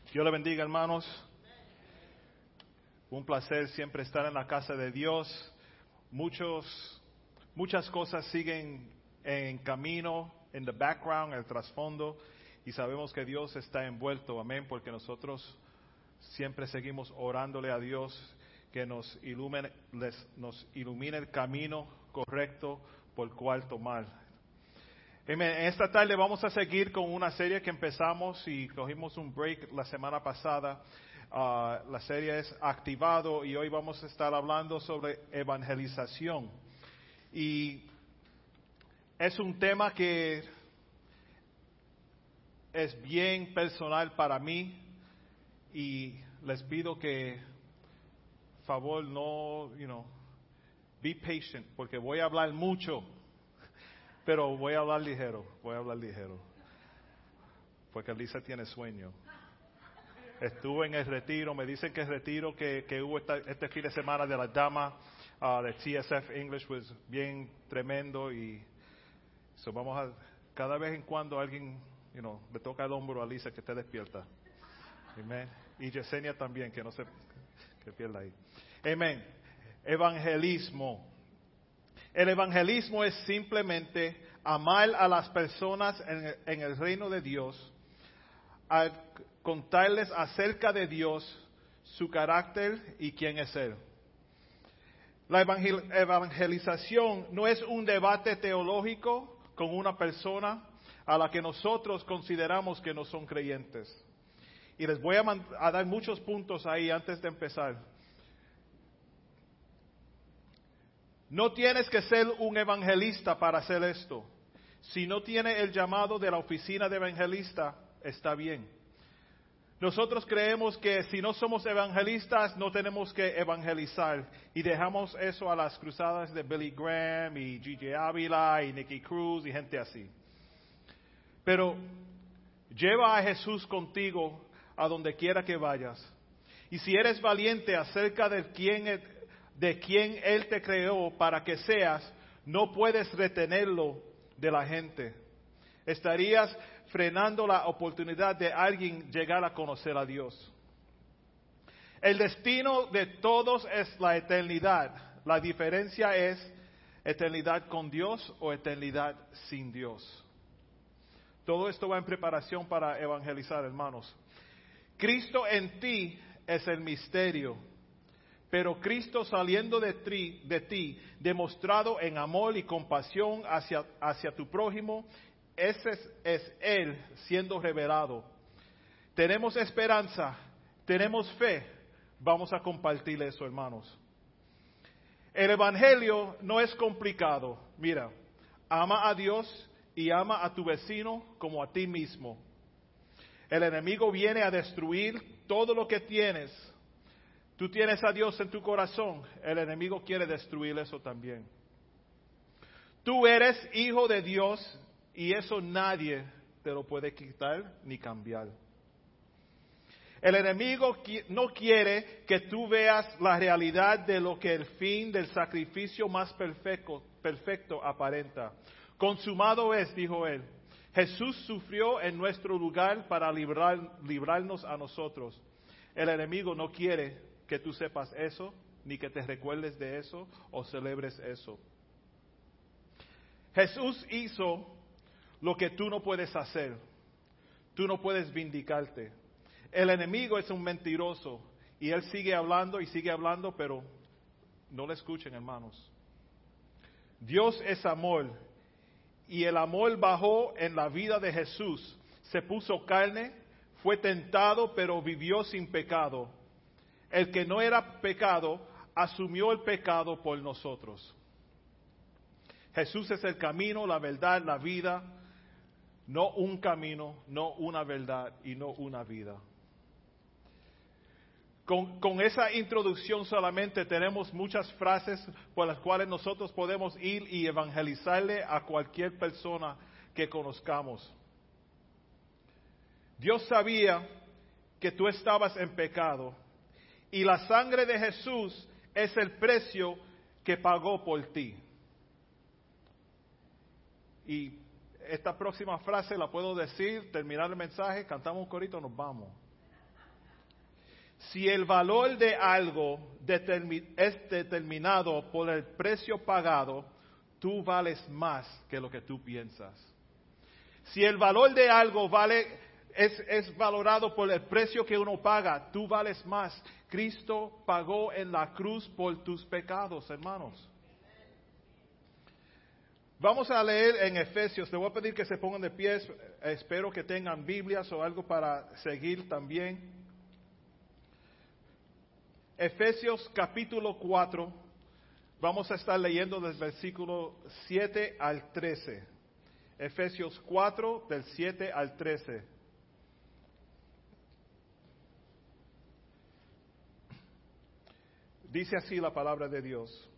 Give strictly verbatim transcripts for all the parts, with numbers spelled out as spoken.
Dios le bendiga, hermanos. Un placer siempre estar en la casa de Dios. Muchos, muchas cosas siguen en camino, en the background, en el trasfondo, y sabemos que Dios está envuelto, amén, porque nosotros siempre seguimos orándole a Dios que nos ilumine, les, nos ilumine el camino correcto por cual tomar. En esta tarde vamos a seguir con una serie que empezamos y cogimos un break la semana pasada. Uh, la serie es Activado y hoy vamos a estar hablando sobre evangelización. Y es un tema que es bien personal para mí y les pido que, favor, no, you know, be patient, porque voy a hablar mucho. Pero voy a hablar ligero, voy a hablar ligero. Porque Lisa tiene sueño. Estuve en el retiro, me dicen que el retiro que, que hubo esta, este fin de semana de la dama uh, de T S F English was bien tremendo. Y so vamos a, cada vez en cuando alguien, you know, le toca el hombro a Lisa que esté despierta. Amén. Y Yesenia también, que no se que pierda ahí. Amén. Evangelismo. El evangelismo es simplemente amar a las personas en el, en el reino de Dios, a contarles acerca de Dios, su carácter y quién es Él. La evangel, evangelización no es un debate teológico con una persona a la que nosotros consideramos que no son creyentes. Y les voy a, man, a dar muchos puntos ahí antes de empezar. No tienes que ser un evangelista para hacer esto. Si no tiene el llamado de la oficina de evangelista, está bien. Nosotros creemos que si no somos evangelistas, no tenemos que evangelizar. Y dejamos eso a las cruzadas de Billy Graham y G J Ávila y Nicky Cruz y gente así. Pero lleva a Jesús contigo a donde quiera que vayas. Y si eres valiente acerca de quién es, de quien Él te creó para que seas, no puedes retenerlo de la gente. Estarías frenando la oportunidad de alguien llegar a conocer a Dios. El destino de todos es la eternidad. La diferencia es eternidad con Dios o eternidad sin Dios. Todo esto va en preparación para evangelizar, hermanos. Cristo en ti es el misterio. Pero Cristo saliendo de ti, de ti, demostrado en amor y compasión hacia, hacia tu prójimo, ese es, es Él siendo revelado. Tenemos esperanza, tenemos fe, vamos a compartir eso, hermanos. El Evangelio no es complicado. Mira, ama a Dios y ama a tu vecino como a ti mismo. El enemigo viene a destruir todo lo que tienes. Tú tienes a Dios en tu corazón, el enemigo quiere destruir eso también. Tú eres hijo de Dios y eso nadie te lo puede quitar ni cambiar. El enemigo no quiere que tú veas la realidad de lo que el fin del sacrificio más perfecto, perfecto aparenta. Consumado es, dijo él. Jesús sufrió en nuestro lugar para librar, librarnos a nosotros. El enemigo no quiere que tú sepas eso, ni que te recuerdes de eso o celebres eso. Jesús hizo lo que tú no puedes hacer. Tú no puedes vindicarte. El enemigo es un mentiroso y él sigue hablando y sigue hablando, pero no le escuchen, hermanos. Dios es amor y el amor bajó en la vida de Jesús. Se puso carne, fue tentado, pero vivió sin pecado. El que no era pecado, asumió el pecado por nosotros. Jesús es el camino, la verdad, la vida. No un camino, no una verdad y no una vida. Con, con esa introducción solamente tenemos muchas frases por las cuales nosotros podemos ir y evangelizarle a cualquier persona que conozcamos. Dios sabía que tú estabas en pecado. Y la sangre de Jesús es el precio que pagó por ti. Y esta próxima frase la puedo decir, terminar el mensaje, cantamos un corito, nos vamos. Si el valor de algo determi- es determinado por el precio pagado, tú vales más que lo que tú piensas. Si el valor de algo vale, es, es valorado por el precio que uno paga, tú vales más. Cristo pagó en la cruz por tus pecados, hermanos. Vamos a leer en Efesios. Le voy a pedir que se pongan de pie. Espero que tengan Biblias o algo para seguir también. Efesios capítulo cuatro. Vamos a estar leyendo del versículo siete al trece. Efesios cuatro, del siete al trece. Dice así la palabra de Dios.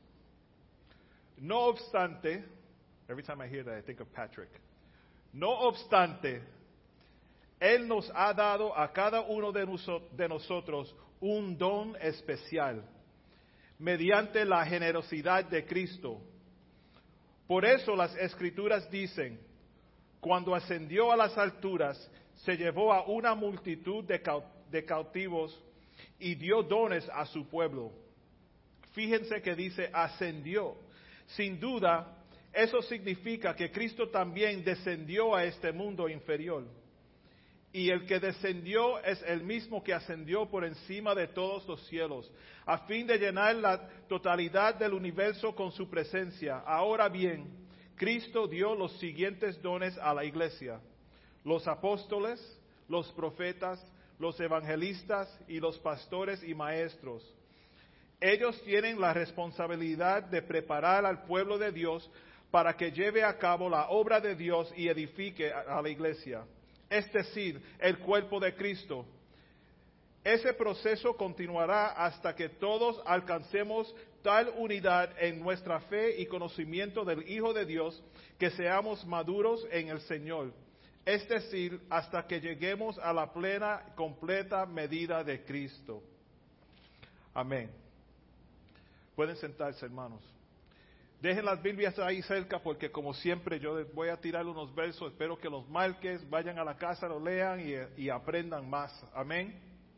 No obstante, every time I hear that I think of Patrick. No obstante, Él nos ha dado a cada uno de, noso- de nosotros un don especial, mediante la generosidad de Cristo. Por eso las Escrituras dicen, cuando ascendió a las alturas, se llevó a una multitud de, cau- de cautivos y dio dones a su pueblo. Fíjense que dice ascendió. Sin duda, eso significa que Cristo también descendió a este mundo inferior. Y el que descendió es el mismo que ascendió por encima de todos los cielos, a fin de llenar la totalidad del universo con su presencia. Ahora bien, Cristo dio los siguientes dones a la iglesia: los apóstoles, los profetas, los evangelistas y los pastores y maestros. Ellos tienen la responsabilidad de preparar al pueblo de Dios para que lleve a cabo la obra de Dios y edifique a la iglesia, es decir, el cuerpo de Cristo. Ese proceso continuará hasta que todos alcancemos tal unidad en nuestra fe y conocimiento del Hijo de Dios que seamos maduros en el Señor, es decir, hasta que lleguemos a la plena, completa medida de Cristo. Amén. Pueden sentarse, hermanos. Dejen las Biblias ahí cerca porque como siempre yo les voy a tirar unos versos, espero que los marques, vayan a la casa, lo lean y, y aprendan más. Amén.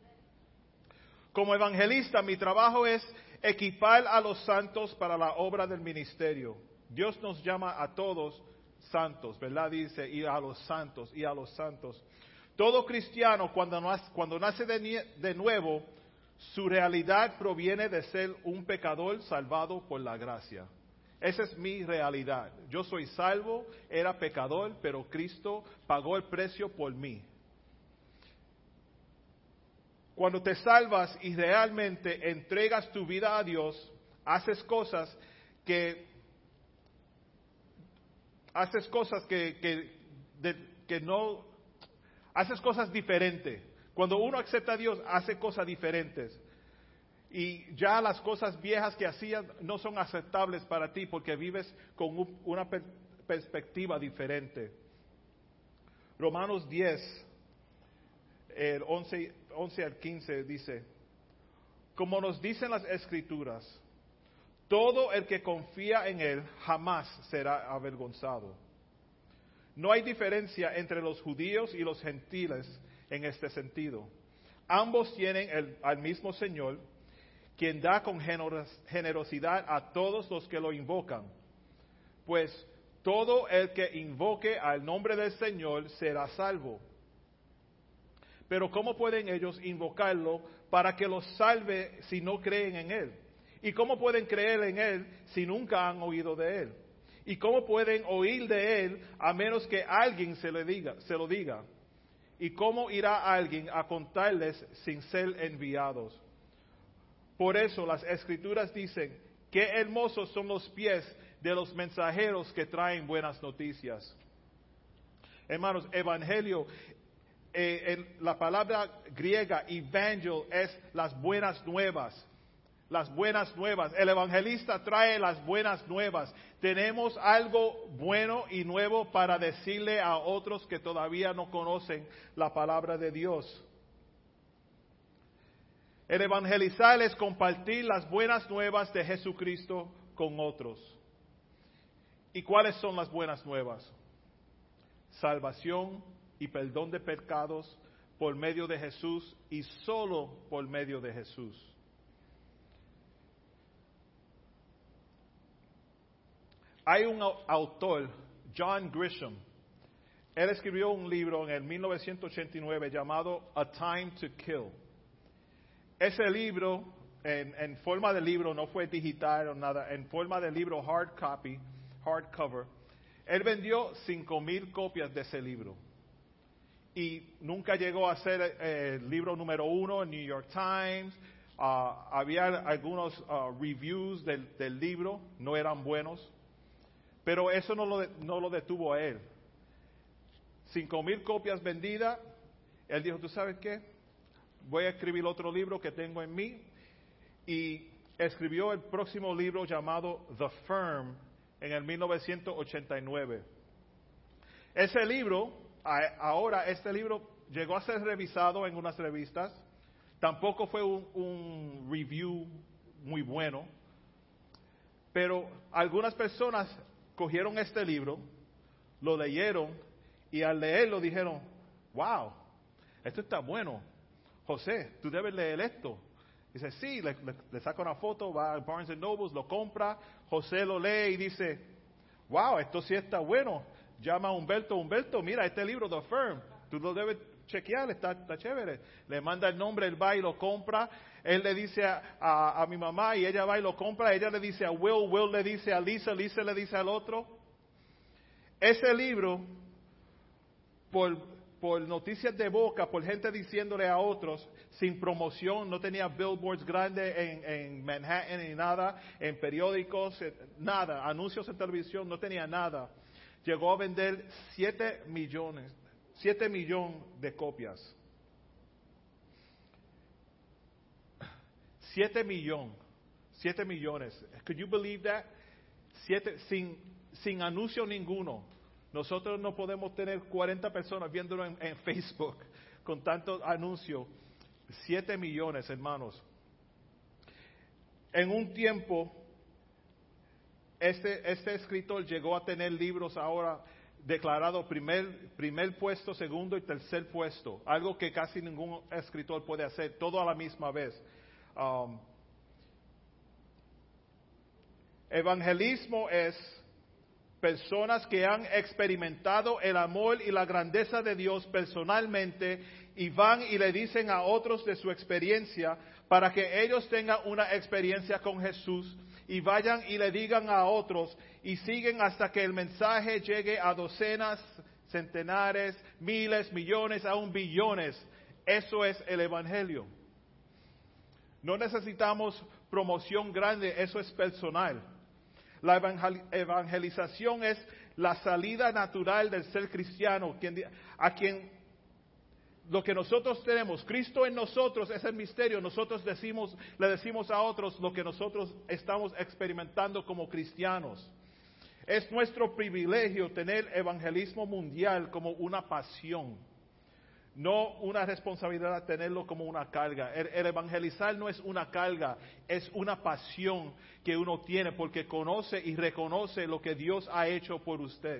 Como evangelista, mi trabajo es equipar a los santos para la obra del ministerio. Dios nos llama a todos santos, ¿verdad? Dice, y a los santos, y a los santos. Todo cristiano cuando nace, cuando nace de, de nuevo, su realidad proviene de ser un pecador salvado por la gracia. Esa es mi realidad. Yo soy salvo, era pecador, pero Cristo pagó el precio por mí. Cuando te salvas y realmente entregas tu vida a Dios, haces cosas que haces cosas que, que, de, que no haces cosas diferentes. Cuando uno acepta a Dios, hace cosas diferentes. Y ya las cosas viejas que hacías no son aceptables para ti porque vives con un, una per- perspectiva diferente. Romanos diez, el once, once al quince dice, como nos dicen las Escrituras, todo el que confía en Él jamás será avergonzado. No hay diferencia entre los judíos y los gentiles en este sentido. Ambos tienen el, al mismo Señor, quien da con generosidad a todos los que lo invocan. Pues todo el que invoque al nombre del Señor será salvo. Pero ¿cómo pueden ellos invocarlo para que los salve si no creen en Él? ¿Y cómo pueden creer en Él si nunca han oído de Él? ¿Y cómo pueden oír de Él a menos que alguien se, le diga, se lo diga? ¿Y cómo irá alguien a contarles sin ser enviados? Por eso las Escrituras dicen, qué hermosos son los pies de los mensajeros que traen buenas noticias. Hermanos, evangelio, eh, en la palabra griega evangel es las buenas nuevas. Las buenas nuevas. El evangelista trae las buenas nuevas. Tenemos algo bueno y nuevo para decirle a otros que todavía no conocen la palabra de Dios. El evangelizar es compartir las buenas nuevas de Jesucristo con otros. ¿Y cuáles son las buenas nuevas? Salvación y perdón de pecados por medio de Jesús y solo por medio de Jesús. Hay un autor, John Grisham. Él escribió un libro en el mil novecientos ochenta y nueve llamado A Time to Kill. Ese libro, en, en forma de libro, no fue digital o nada, en forma de libro hard copy, hardcover, él vendió cinco mil copias de ese libro. Y nunca llegó a ser eh, el libro número uno en New York Times. Uh, había algunos uh, reviews del, del libro, no eran buenos. Pero eso no lo, no lo detuvo a él. Cinco mil copias vendidas. Él dijo, ¿tú sabes qué? Voy a escribir otro libro que tengo en mí. Y escribió el próximo libro llamado The Firm en el mil novecientos ochenta y nueve. Ese libro, ahora este libro llegó a ser revisado en unas revistas. Tampoco fue un, un review muy bueno. Pero algunas personas cogieron este libro, lo leyeron y al leerlo dijeron, wow, esto está bueno. José, tú debes leer esto. Dice, sí, le, le, le saca una foto, va a Barnes and Noble, lo compra, José lo lee y dice, wow, esto sí está bueno. Llama a Humberto, Humberto, mira este libro, The Firm, tú lo debes chequear, está, está chévere. Le manda el nombre, él va y lo compra. Él le dice a, a, a mi mamá y ella va y lo compra. Ella le dice a Will, Will le dice a Lisa, Lisa le dice al otro. Ese libro, por, por noticias de boca, por gente diciéndole a otros, sin promoción, no tenía billboards grandes en, en Manhattan ni nada, en periódicos, nada, anuncios en televisión, no tenía nada. Llegó a vender siete millones, siete millones de copias. Siete millones, siete millones. Could you believe that? Siete, sin, sin anuncio ninguno. Nosotros no podemos tener cuarenta personas viéndolo en, en Facebook con tanto anuncio. Siete millones, hermanos. En un tiempo, este, este escritor llegó a tener libros ahora declarado primer, primer puesto, segundo y tercer puesto. Algo que casi ningún escritor puede hacer, todo a la misma vez. Um, evangelismo es personas que han experimentado el amor y la grandeza de Dios personalmente y van y le dicen a otros de su experiencia para que ellos tengan una experiencia con Jesús y vayan y le digan a otros y siguen hasta que el mensaje llegue a docenas, centenares, miles, millones, aún billones. Eso es el Evangelio. No necesitamos promoción grande, eso es personal. La evangelización es la salida natural del ser cristiano, a quien lo que nosotros tenemos, Cristo en nosotros es el misterio, nosotros decimos, le decimos a otros lo que nosotros estamos experimentando como cristianos. Es nuestro privilegio tener evangelismo mundial como una pasión. No una responsabilidad tenerlo como una carga. El, el evangelizar no es una carga, es una pasión que uno tiene porque conoce y reconoce lo que Dios ha hecho por usted.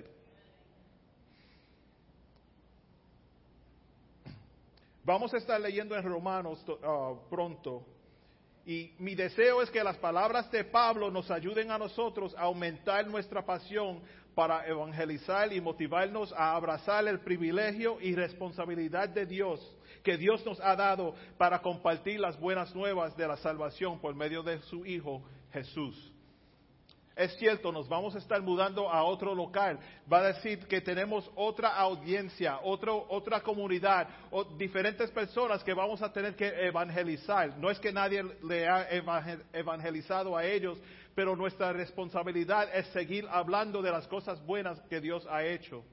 Vamos a estar leyendo en Romanos uh, pronto. Y mi deseo es que las palabras de Pablo nos ayuden a nosotros a aumentar nuestra pasión para evangelizar y motivarnos a abrazar el privilegio y responsabilidad de Dios que Dios nos ha dado para compartir las buenas nuevas de la salvación por medio de su Hijo Jesús. Es cierto, nos vamos a estar mudando a otro local. Va a decir que tenemos otra audiencia, otro, otra comunidad, o diferentes personas que vamos a tener que evangelizar. No es que nadie le ha evangelizado a ellos, pero nuestra responsabilidad es seguir hablando de las cosas buenas que Dios ha hecho.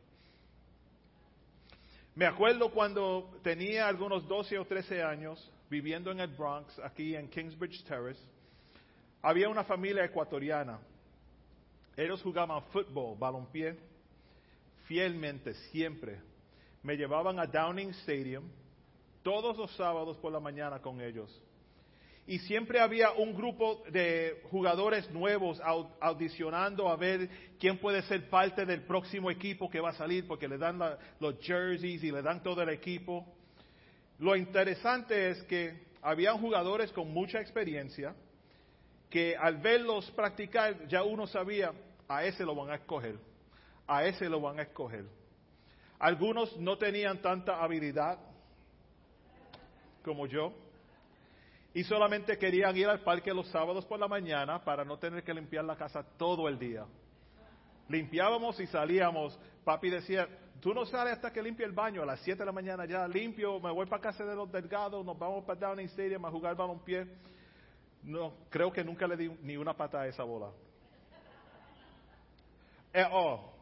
Me acuerdo cuando tenía algunos doce o trece años, viviendo en el Bronx, aquí en Kingsbridge Terrace, había una familia ecuatoriana. Ellos jugaban fútbol, balompié, fielmente, siempre. Me llevaban a Downing Stadium todos los sábados por la mañana con ellos. Y siempre había un grupo de jugadores nuevos audicionando a ver quién puede ser parte del próximo equipo que va a salir, porque le dan la, los jerseys y le dan todo el equipo. lo interesante es que habían jugadores con mucha experiencia que al verlos practicar ya uno sabía, a ese lo van a escoger, a ese lo van a escoger. Algunos no tenían tanta habilidad como yo y solamente querían ir al parque los sábados por la mañana para no tener que limpiar la casa todo el día. Limpiábamos y salíamos. Papi decía, tú no sales hasta que limpie el baño. A las siete de la mañana ya limpio, me voy para casa de los Delgados, nos vamos para Downing Stadium a jugar balompié. No, creo que nunca le di ni una pata a esa bola. Eh, oh.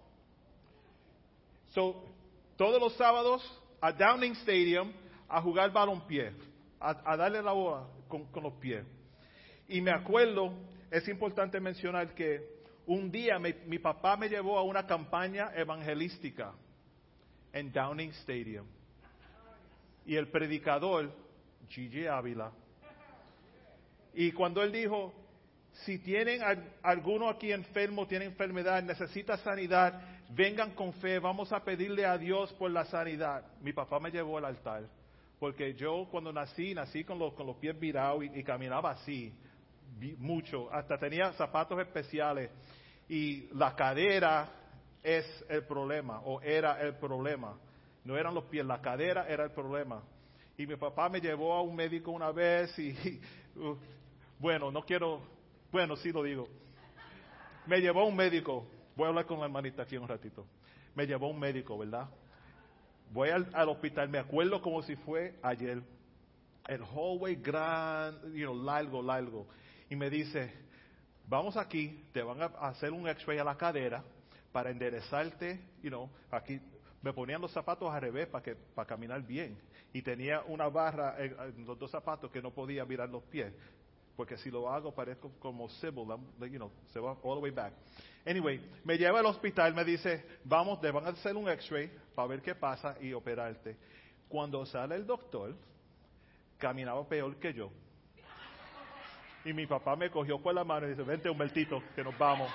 So, todos los sábados a Downing Stadium a jugar balompié, a, a darle la bola con, con los pies. Y me acuerdo, es importante mencionar que un día mi, mi papá me llevó a una campaña evangelística en Downing Stadium. Y el predicador, Gigi Ávila, y cuando él dijo, si tienen al, alguno aquí enfermo, tiene enfermedad, necesita sanidad, vengan con fe, vamos a pedirle a Dios por la sanidad. Mi papá me llevó al altar, porque yo cuando nací, nací con los, con los pies virados y, y caminaba así, vi, mucho, hasta tenía zapatos especiales. Y la cadera es el problema, o era el problema. No eran los pies, la cadera era el problema. Y mi papá me llevó a un médico una vez y, y uh, bueno, no quiero, bueno, sí lo digo. Me llevó a un médico, voy a hablar con la hermanita aquí un ratito. Me llevó a un médico, ¿verdad? Voy al, al hospital, me acuerdo como si fue ayer. El hallway grande, you know, largo, largo. Y me dice, vamos aquí, te van a hacer un x-ray a la cadera para enderezarte, you know, aquí me ponían los zapatos al revés para que para caminar bien y tenía una barra en, en los dos zapatos que no podía mirar los pies, porque si lo hago parezco como Sybil, you know, se va all the way back. Anyway, me lleva al hospital, me dice, vamos, te van a hacer un x-ray para ver qué pasa y operarte. Cuando sale el doctor, caminaba peor que yo. Y mi papá me cogió por la mano y dice, vente Humbertito, que nos vamos.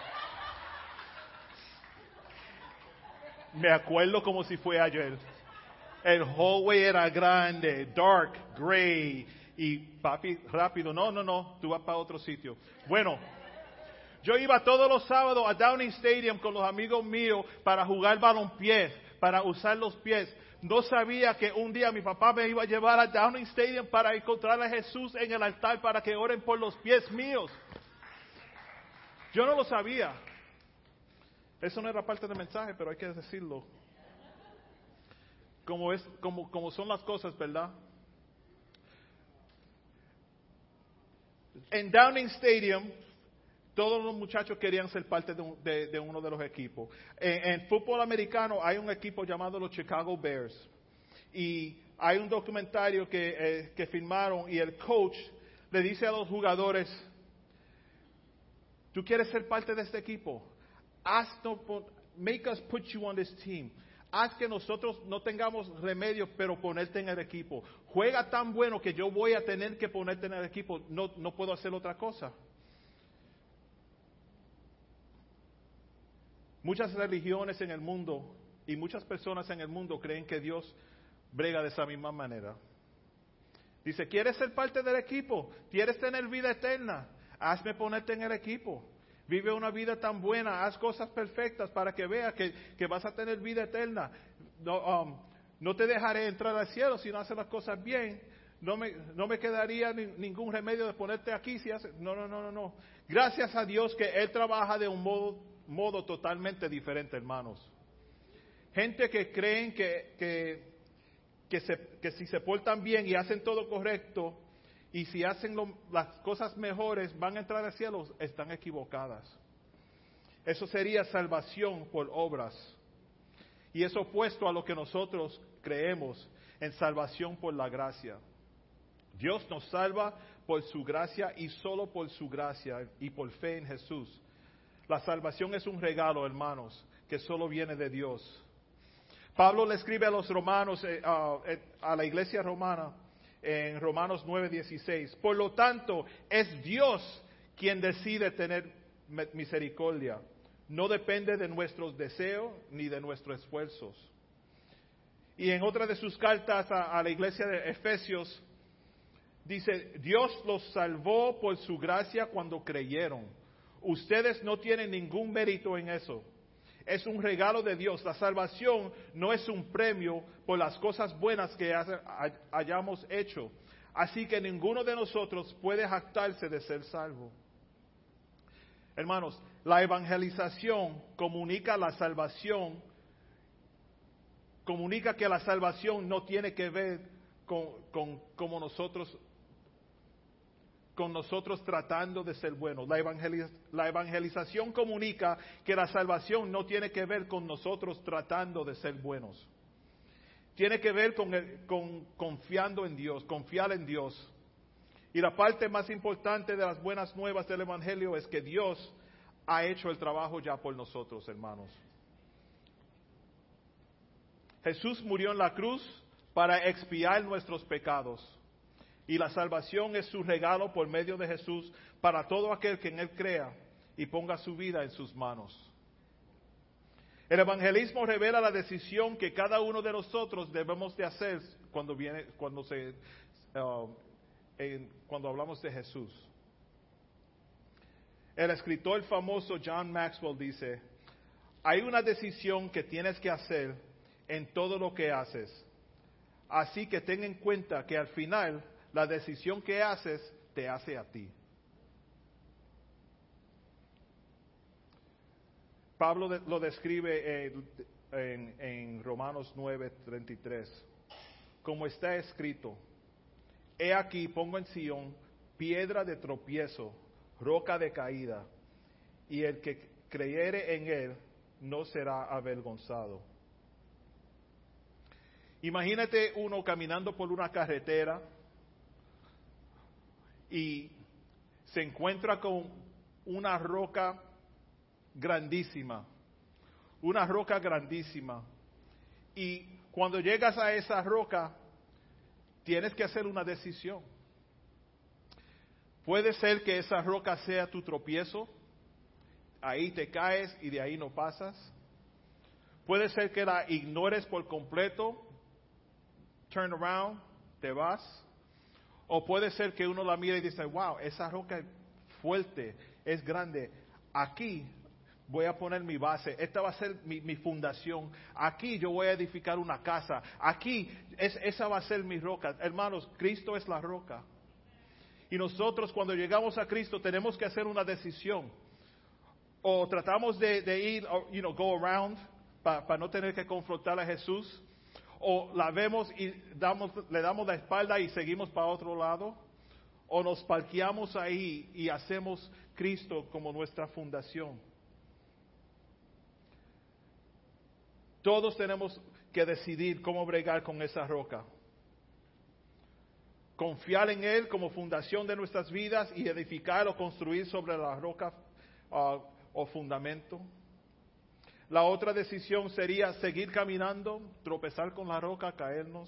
Me acuerdo como si fue ayer. El hallway era grande, dark, gray. Y papi, rápido, no, no, no, tú vas para otro sitio. Bueno, yo iba todos los sábados a Downing Stadium con los amigos míos para jugar balompié, para usar los pies. No sabía que un día mi papá me iba a llevar a Downing Stadium para encontrar a Jesús en el altar para que oren por los pies míos. Yo no lo sabía. Eso no era parte del mensaje, pero hay que decirlo. Como es, como, como son las cosas, ¿verdad? En Downing Stadium, todos los muchachos querían ser parte de, un, de, de uno de los equipos. En, en fútbol americano hay un equipo llamado los Chicago Bears. Y hay un documentario que, eh, que filmaron y el coach le dice a los jugadores, ¿tú quieres ser parte de este equipo? Haz no, make us put you on this team. Haz que nosotros no tengamos remedio, pero ponerte en el equipo. Juega tan bueno que yo voy a tener que ponerte en el equipo. No, no puedo hacer otra cosa. Muchas religiones en el mundo y muchas personas en el mundo creen que Dios brega de esa misma manera. Dice, ¿quieres ser parte del equipo? ¿Quieres tener vida eterna? Hazme ponerte en el equipo. Vive una vida tan buena, haz cosas perfectas para que veas que, que vas a tener vida eterna. No, um, no te dejaré entrar al cielo si no haces las cosas bien. No me, no me quedaría ni, ningún remedio de ponerte aquí si haces... No, no, no, no, no. Gracias a Dios que Él trabaja de un modo, modo totalmente diferente, hermanos. Gente que creen que, que, que, se, que si se portan bien y hacen todo correcto, y si hacen lo, las cosas mejores, van a entrar al cielo, están equivocadas. Eso sería salvación por obras. Y es opuesto a lo que nosotros creemos en salvación por la gracia. Dios nos salva por su gracia y solo por su gracia y por fe en Jesús. La salvación es un regalo, hermanos, que solo viene de Dios. Pablo le escribe a los romanos, eh, uh, eh, a la iglesia romana, en Romanos nueve dieciséis. Por lo tanto, es Dios quien decide tener misericordia. No depende de nuestros deseos ni de nuestros esfuerzos. Y en otra de sus cartas a, a la iglesia de Efesios, dice, Dios los salvó por su gracia cuando creyeron. Ustedes no tienen ningún mérito en eso. Es un regalo de Dios. La salvación no es un premio por las cosas buenas que hayamos hecho. Así que ninguno de nosotros puede jactarse de ser salvo. Hermanos, la evangelización comunica la salvación, comunica que la salvación no tiene que ver con, con como nosotros, con nosotros tratando de ser buenos. La, evangeliz, la evangelización comunica que la salvación no tiene que ver con nosotros tratando de ser buenos. Tiene que ver con, el, con confiando en Dios, confiar en Dios. Y la parte más importante de las buenas nuevas del Evangelio es que Dios ha hecho el trabajo ya por nosotros, hermanos. Jesús murió en la cruz para expiar nuestros pecados. Y la salvación es su regalo por medio de Jesús para todo aquel que en Él crea y ponga su vida en sus manos. El evangelismo revela la decisión que cada uno de nosotros debemos de hacer cuando viene, cuando se, uh, en, cuando hablamos de Jesús. El escritor famoso John Maxwell dice, hay una decisión que tienes que hacer en todo lo que haces. Así que ten en cuenta que al final la decisión que haces te hace a ti. Pablo lo describe en, en, en Romanos nueve, treinta y tres. Como está escrito, he aquí pongo en Sión piedra de tropiezo, roca de caída, y el que creyere en él no será avergonzado. Imagínate uno caminando por una carretera y se encuentra con una roca grandísima, una roca grandísima. Y cuando llegas a esa roca, tienes que hacer una decisión. Puede ser que esa roca sea tu tropiezo, ahí te caes y de ahí no pasas. Puede ser que la ignores por completo, turn around, te vas. O puede ser que uno la mire y dice, wow, esa roca es fuerte, es grande. Aquí voy a poner mi base, esta va a ser mi, mi fundación. Aquí yo voy a edificar una casa. Aquí es, esa va a ser mi roca. Hermanos, Cristo es la roca. Y nosotros cuando llegamos a Cristo tenemos que hacer una decisión. O tratamos de, de ir, or, you know, go around para pa no tener que confrontar a Jesús. O la vemos y damos, le damos la espalda y seguimos para otro lado. O nos parqueamos ahí y hacemos Cristo como nuestra fundación. Todos tenemos que decidir cómo bregar con esa roca. Confiar en Él como fundación de nuestras vidas y edificar o construir sobre la roca uh, o fundamento. La otra decisión sería seguir caminando, tropezar con la roca, caernos.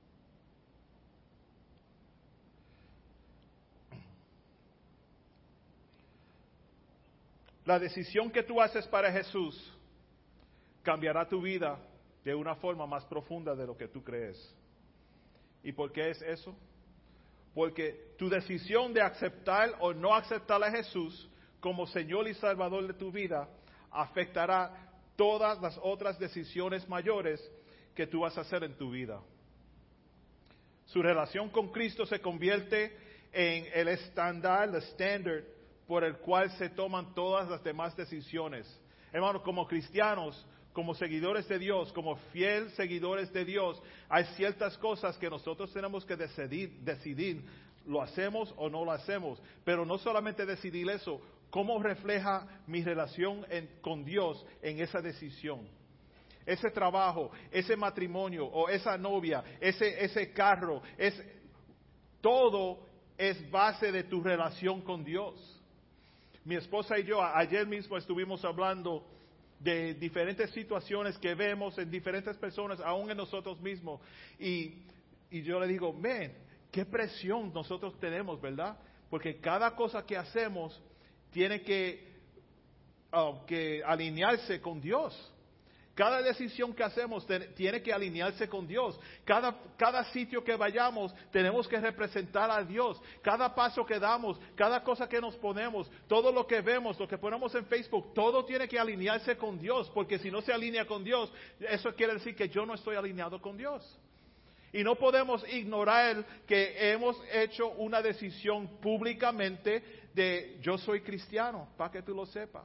La decisión que tú haces para Jesús cambiará tu vida de una forma más profunda de lo que tú crees. ¿Y por qué es eso? Porque tu decisión de aceptar o no aceptar a Jesús como Señor y Salvador de tu vida afectará todas las otras decisiones mayores que tú vas a hacer en tu vida. Su relación con Cristo se convierte en el estándar, el standard por el cual se toman todas las demás decisiones. Hermanos, como cristianos, como seguidores de Dios, como fiel seguidores de Dios, hay ciertas cosas que nosotros tenemos que decidir, decidir, lo hacemos o no lo hacemos. Pero no solamente decidir eso, ¿cómo refleja mi relación en, con Dios en esa decisión? Ese trabajo, ese matrimonio o esa novia, ese, ese carro, es, todo es base de tu relación con Dios. Mi esposa y yo ayer mismo estuvimos hablando de diferentes situaciones que vemos en diferentes personas, aún en nosotros mismos. Y, y yo le digo, ven, qué presión nosotros tenemos, ¿verdad? Porque cada cosa que hacemos tiene que, uh, que alinearse con Dios. Cada decisión que hacemos te, tiene que alinearse con Dios. Cada, cada sitio que vayamos tenemos que representar a Dios. Cada paso que damos, cada cosa que nos ponemos, todo lo que vemos, lo que ponemos en Facebook, todo tiene que alinearse con Dios. Porque si no se alinea con Dios, eso quiere decir que yo no estoy alineado con Dios. Y no podemos ignorar que hemos hecho una decisión públicamente de yo soy cristiano, para que tú lo sepas.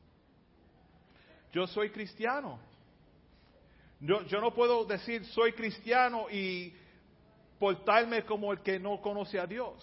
Yo soy cristiano. Yo, yo no puedo decir soy cristiano y portarme como el que no conoce a Dios.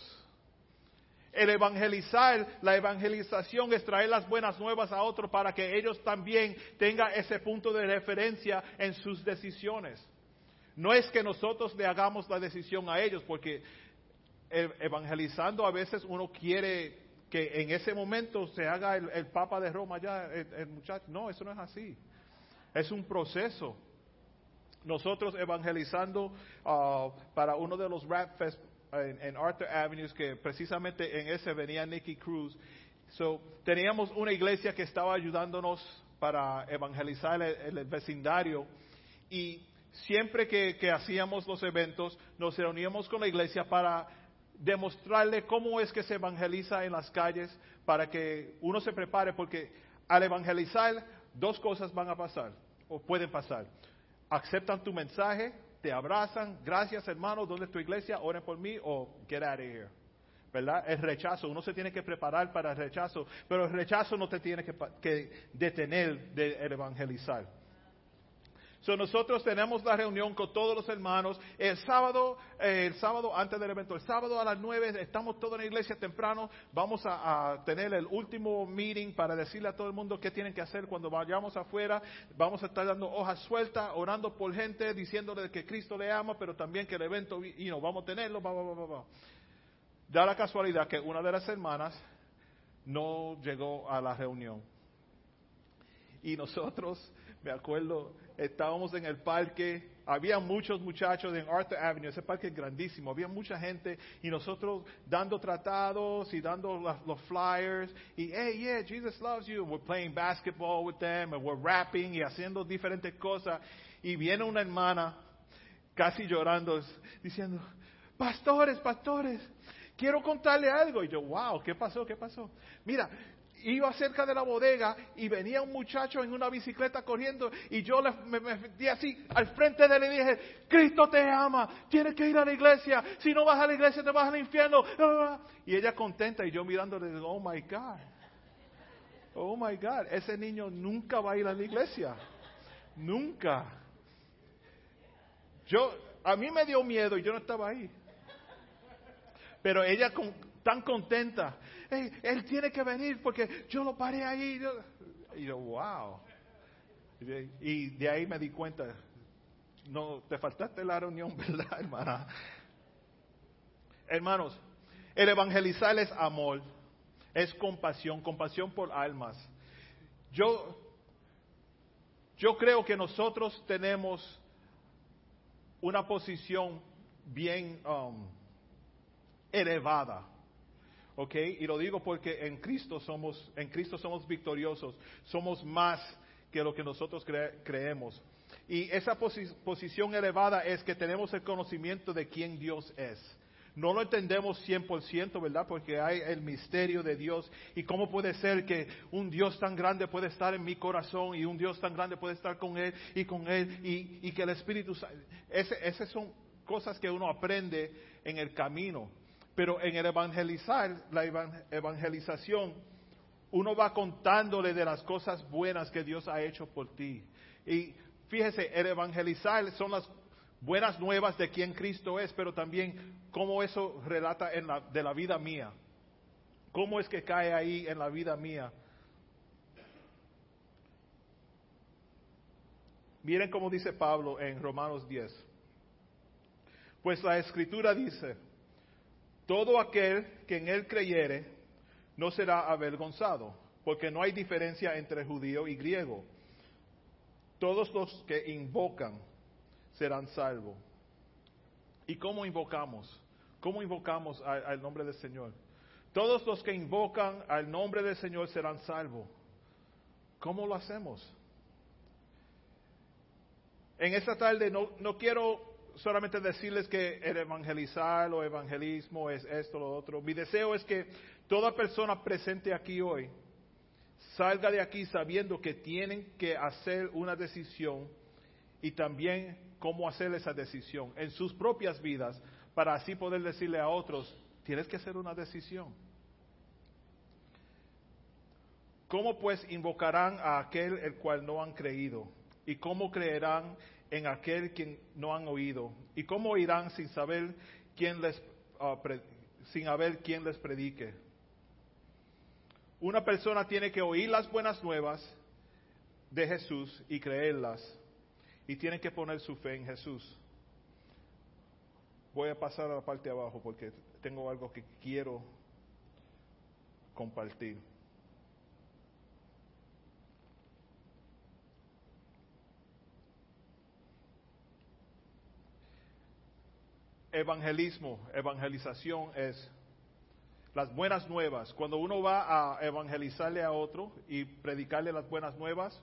El evangelizar, la evangelización es traer las buenas nuevas a otros para que ellos también tengan ese punto de referencia en sus decisiones. No es que nosotros le hagamos la decisión a ellos, porque evangelizando a veces uno quiere que en ese momento se haga el, el Papa de Roma ya, el, el muchacho. No, eso no es así. Es un proceso. Nosotros evangelizando uh, para uno de los Rap Fest en, en Arthur Avenue, que precisamente en ese venía Nicky Cruz. So, teníamos una iglesia que estaba ayudándonos para evangelizar el, el vecindario, y siempre que, que hacíamos los eventos nos reuníamos con la iglesia para demostrarle cómo es que se evangeliza en las calles, para que uno se prepare, porque al evangelizar dos cosas van a pasar o pueden pasar. Aceptan tu mensaje, te abrazan, gracias hermano, ¿dónde es tu iglesia? Oren por mí, o get out of here. ¿Verdad? El rechazo, uno se tiene que preparar para el rechazo, pero el rechazo no te tiene que, que detener de evangelizar. So, nosotros tenemos la reunión con todos los hermanos el sábado, eh, el sábado antes del evento, el sábado a las nueve estamos todos en la iglesia temprano. Vamos a, a tener el último meeting para decirle a todo el mundo qué tienen que hacer cuando vayamos afuera. Vamos a estar dando hojas sueltas, orando por gente, diciéndole que Cristo le ama, pero también que el evento, y you know, vamos a tenerlo. Va, va, va, va. Da la casualidad que una de las hermanas no llegó a la reunión. Y nosotros, me acuerdo, estábamos en el parque, había muchos muchachos en Arthur Avenue, ese parque es grandísimo, había mucha gente, y nosotros dando tratados y dando los, los flyers, y hey, yeah, Jesus loves you, and we're playing basketball with them, and we're rapping y haciendo diferentes cosas, y viene una hermana casi llorando, diciendo, pastores, pastores, quiero contarle algo. Y yo, wow, ¿qué pasó? ¿Qué pasó? Mira, iba cerca de la bodega y venía un muchacho en una bicicleta corriendo, y yo le, me, me metí así al frente de él y dije, Cristo te ama, tienes que ir a la iglesia, si no vas a la iglesia te vas al infierno. Y ella contenta, y yo mirándole, oh my God, oh my God, ese niño nunca va a ir a la iglesia, nunca. Yo, a mí me dio miedo y yo no estaba ahí. Pero ella con, tan contenta, hey, él tiene que venir porque yo lo paré ahí. Y yo, wow. Y de ahí me di cuenta, no, te faltaste la reunión, ¿verdad, hermana? Hermanos, el evangelizar es amor, es compasión, compasión por almas. Yo, yo creo que nosotros tenemos una posición bien um, elevada, ¿ok? Y lo digo porque en Cristo somos, en Cristo somos victoriosos, somos más que lo que nosotros cre- creemos. Y esa posi- posición elevada es que tenemos el conocimiento de quién Dios es. No lo entendemos cien por ciento, ¿verdad? Porque hay el misterio de Dios. Y cómo puede ser que un Dios tan grande puede estar en mi corazón, y un Dios tan grande puede estar con Él y con Él, y, y que el Espíritu Santo... Esas son cosas que uno aprende en el camino. Pero en el evangelizar, la evangelización, uno va contándole de las cosas buenas que Dios ha hecho por ti. Y fíjese, el evangelizar son las buenas nuevas de quién Cristo es, pero también cómo eso relata en la, de la vida mía. Cómo es que cae ahí en la vida mía. Miren cómo dice Pablo en Romanos diez. Pues la Escritura dice, todo aquel que en él creyere no será avergonzado, porque no hay diferencia entre judío y griego. Todos los que invocan serán salvos. ¿Y cómo invocamos? ¿Cómo invocamos a, al nombre del Señor? Todos los que invocan al nombre del Señor serán salvos. ¿Cómo lo hacemos? En esta tarde no, no quiero solamente decirles que el evangelizar o evangelismo es esto, lo otro. Mi deseo es que toda persona presente aquí hoy salga de aquí sabiendo que tienen que hacer una decisión y también cómo hacer esa decisión en sus propias vidas para así poder decirle a otros, tienes que hacer una decisión. ¿Cómo pues invocarán a aquel el cual no han creído? ¿Y cómo creerán en aquel quien no han oído? ¿Y cómo oirán sin saber quién les, uh, pre, sin haber quién les predique? Una persona tiene que oír las buenas nuevas de Jesús y creerlas. Y tiene que poner su fe en Jesús. Voy a pasar a la parte de abajo porque tengo algo que quiero compartir. Evangelismo, evangelización es las buenas nuevas. Cuando uno va a evangelizarle a otro y predicarle las buenas nuevas,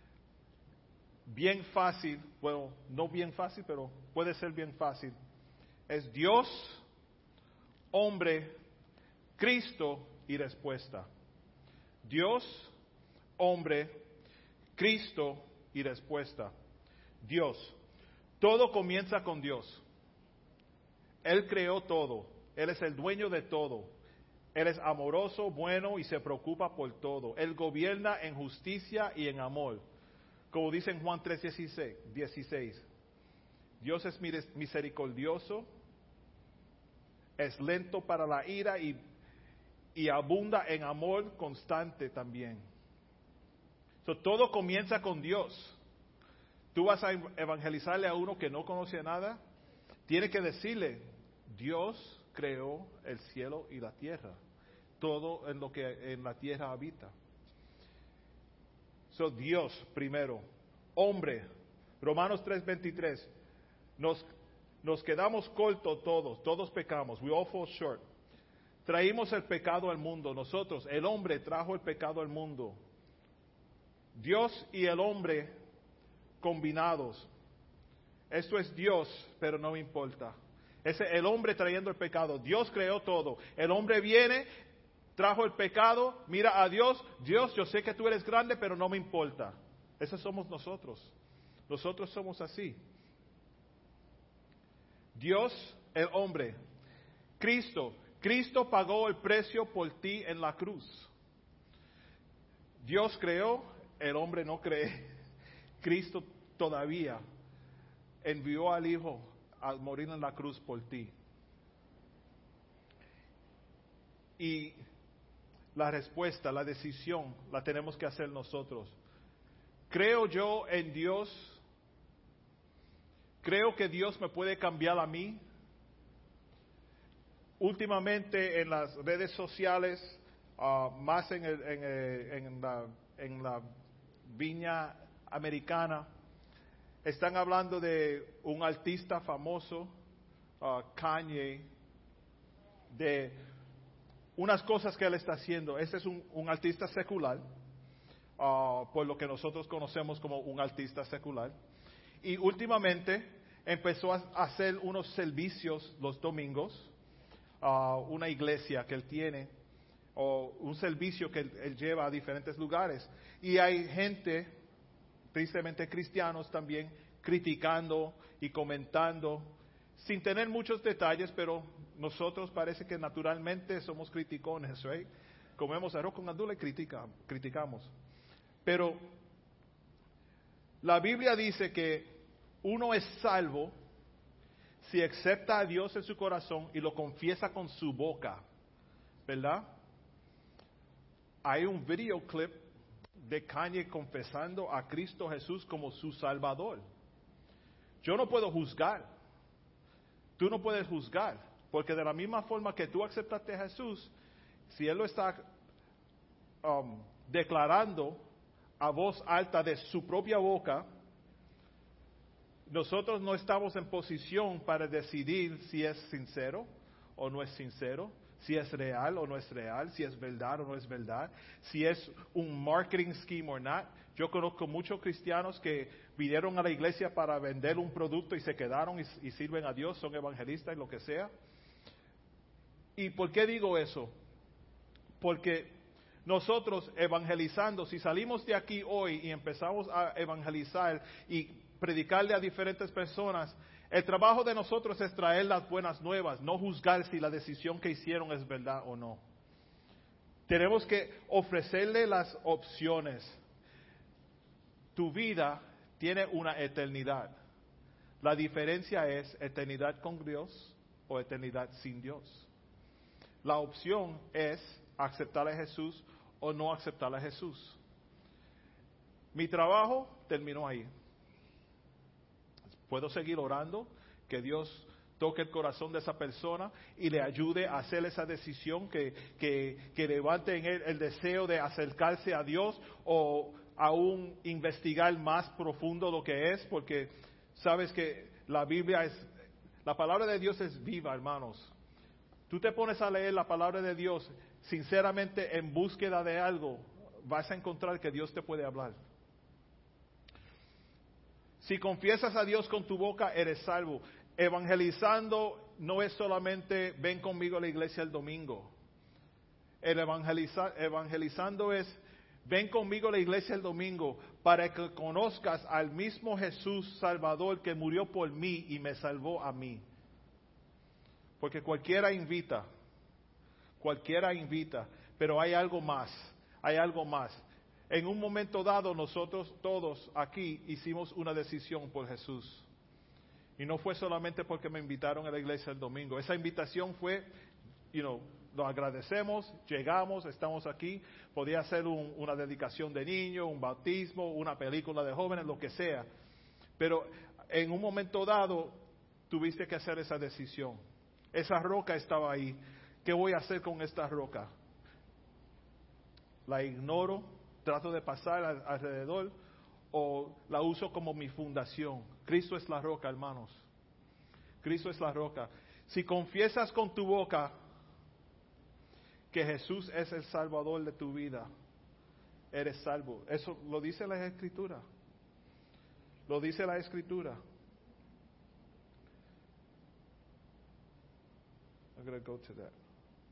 bien fácil, bueno, no bien fácil, pero puede ser bien fácil. Es Dios, hombre, Cristo y respuesta. Dios, hombre, Cristo y respuesta. Dios. Todo comienza con Dios. Él creó todo. Él es el dueño de todo. Él es amoroso, bueno y se preocupa por todo. Él gobierna en justicia y en amor. Como dice en Juan tres dieciséis. Dios es misericordioso, es lento para la ira y, y abunda en amor constante también. So, todo comienza con Dios. Tú vas a evangelizarle a uno que no conoce nada, tiene que decirle, Dios creó el cielo y la tierra, todo en lo que en la tierra habita. So, Dios primero, hombre, Romanos tres veintitrés, nos, nos quedamos cortos todos, todos pecamos, we all fall short. Traímos el pecado al mundo, nosotros, el hombre trajo el pecado al mundo. Dios y el hombre combinados. Esto es Dios, pero no me importa. Es el hombre trayendo el pecado. Dios creó todo. El hombre viene, trajo el pecado, mira a Dios. Dios, yo sé que tú eres grande, pero no me importa. Esos somos nosotros. Nosotros somos así. Dios, el hombre. Cristo. Cristo pagó el precio por ti en la cruz. Dios creó, el hombre no cree. Cristo todavía envió al Hijo a morir en la cruz por ti. Y la respuesta, la decisión, la tenemos que hacer nosotros. ¿Creo yo en Dios? ¿Creo que Dios me puede cambiar a mí? Últimamente en las redes sociales, uh, más en, el, en, el, en, la, en la viña americana, están hablando de un artista famoso, uh, Kanye, de unas cosas que él está haciendo. Este es un, un artista secular, uh, por lo que nosotros conocemos como un artista secular. Y últimamente empezó a hacer unos servicios los domingos, uh, una iglesia que él tiene, o un servicio que él, él lleva a diferentes lugares. Y hay gente, tristemente cristianos también, criticando y comentando, sin tener muchos detalles, pero nosotros parece que naturalmente somos criticones, ¿right? Comemos arroz con gandules y critica, criticamos. Pero la Biblia dice que uno es salvo si acepta a Dios en su corazón y lo confiesa con su boca, ¿verdad? Hay un videoclip de Kanye confesando a Cristo Jesús como su Salvador. Yo no puedo juzgar. Tú no puedes juzgar, porque de la misma forma que tú aceptaste a Jesús, si Él lo está um, declarando a voz alta de su propia boca, nosotros no estamos en posición para decidir si es sincero o no es sincero, si es real o no es real, si es verdad o no es verdad, si es un marketing scheme o no. Yo conozco muchos cristianos que vinieron a la iglesia para vender un producto y se quedaron y, y sirven a Dios, son evangelistas y lo que sea. ¿Y por qué digo eso? Porque nosotros evangelizando, si salimos de aquí hoy y empezamos a evangelizar y predicarle a diferentes personas, el trabajo de nosotros es traer las buenas nuevas, no juzgar si la decisión que hicieron es verdad o no. Tenemos que ofrecerle las opciones. Tu vida tiene una eternidad. La diferencia es eternidad con Dios o eternidad sin Dios. La opción es aceptar a Jesús o no aceptar a Jesús. Mi trabajo terminó ahí. Puedo seguir orando, que Dios toque el corazón de esa persona y le ayude a hacer esa decisión, que, que, que levante en él el deseo de acercarse a Dios o aún investigar más profundo lo que es, porque sabes que la Biblia es, la palabra de Dios es viva, hermanos. Tú te pones a leer la palabra de Dios sinceramente en búsqueda de algo, vas a encontrar que Dios te puede hablar. Si confiesas a Dios con tu boca, eres salvo. Evangelizando no es solamente ven conmigo a la iglesia el domingo. El evangeliza, evangelizando es ven conmigo a la iglesia el domingo para que conozcas al mismo Jesús Salvador que murió por mí y me salvó a mí. Porque cualquiera invita, cualquiera invita, pero hay algo más, hay algo más. En un momento dado nosotros todos aquí hicimos una decisión por Jesús. Y no fue solamente porque me invitaron a la iglesia el domingo. Esa invitación fue, you know, lo agradecemos, llegamos, estamos aquí. Podía ser un, una dedicación de niño, un bautismo, una película de jóvenes, lo que sea. Pero en un momento dado tuviste que hacer esa decisión. Esa roca estaba ahí. ¿Qué voy a hacer con esta roca? ¿La ignoro? ¿Trato de pasar al, alrededor? ¿O la uso como mi fundación? Cristo es la roca, hermanos. Cristo es la roca. Si confiesas con tu boca que Jesús es el Salvador de tu vida, eres salvo. Eso lo dice la Escritura. Lo dice la Escritura. I'm going to go to that.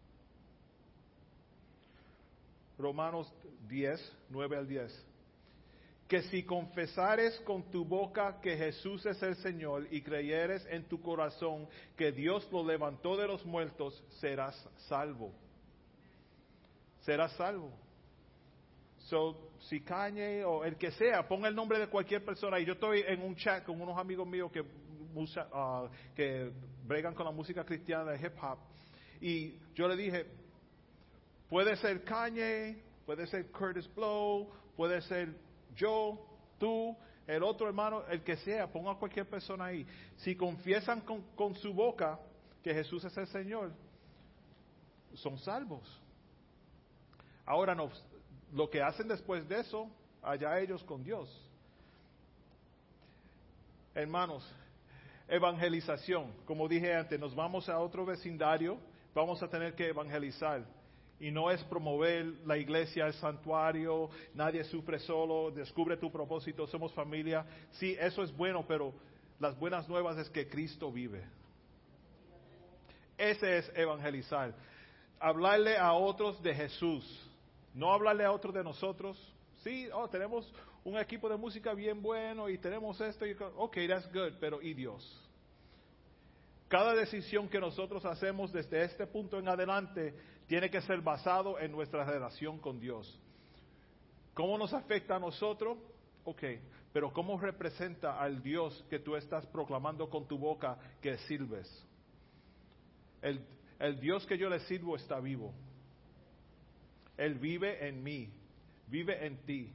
Romanos diez, nueve al diez. Que si confesares con tu boca que Jesús es el Señor y creyeres en tu corazón que Dios lo levantó de los muertos, serás salvo. Serás salvo. So, si Kanye o el que sea, ponga el nombre de cualquier persona. Y yo estoy en un chat con unos amigos míos que, uh, que bregan con la música cristiana de hip hop. Y yo le dije, puede ser Kanye, puede ser Curtis Blow, puede ser yo, tú, el otro hermano, el que sea, ponga a cualquier persona ahí. Si confiesan con, con su boca que Jesús es el Señor, son salvos. Ahora no, lo que hacen después de eso, allá ellos con Dios. Hermanos, evangelización, como dije antes, nos vamos a otro vecindario, vamos a tener que evangelizar. Y no es promover la iglesia, el santuario, nadie sufre solo, descubre tu propósito, somos familia. Sí, eso es bueno, pero las buenas nuevas es que Cristo vive. Ese es evangelizar. Hablarle a otros de Jesús, no hablarle a otros de nosotros. Sí, oh, tenemos un equipo de música bien bueno y tenemos esto. Y, ok, that's good, pero ¿y Dios? Cada decisión que nosotros hacemos desde este punto en adelante tiene que ser basado en nuestra relación con Dios. ¿Cómo nos afecta a nosotros? Ok, pero ¿cómo representa al Dios que tú estás proclamando con tu boca que sirves? El, el Dios que yo le sirvo está vivo. Él vive en mí, vive en ti.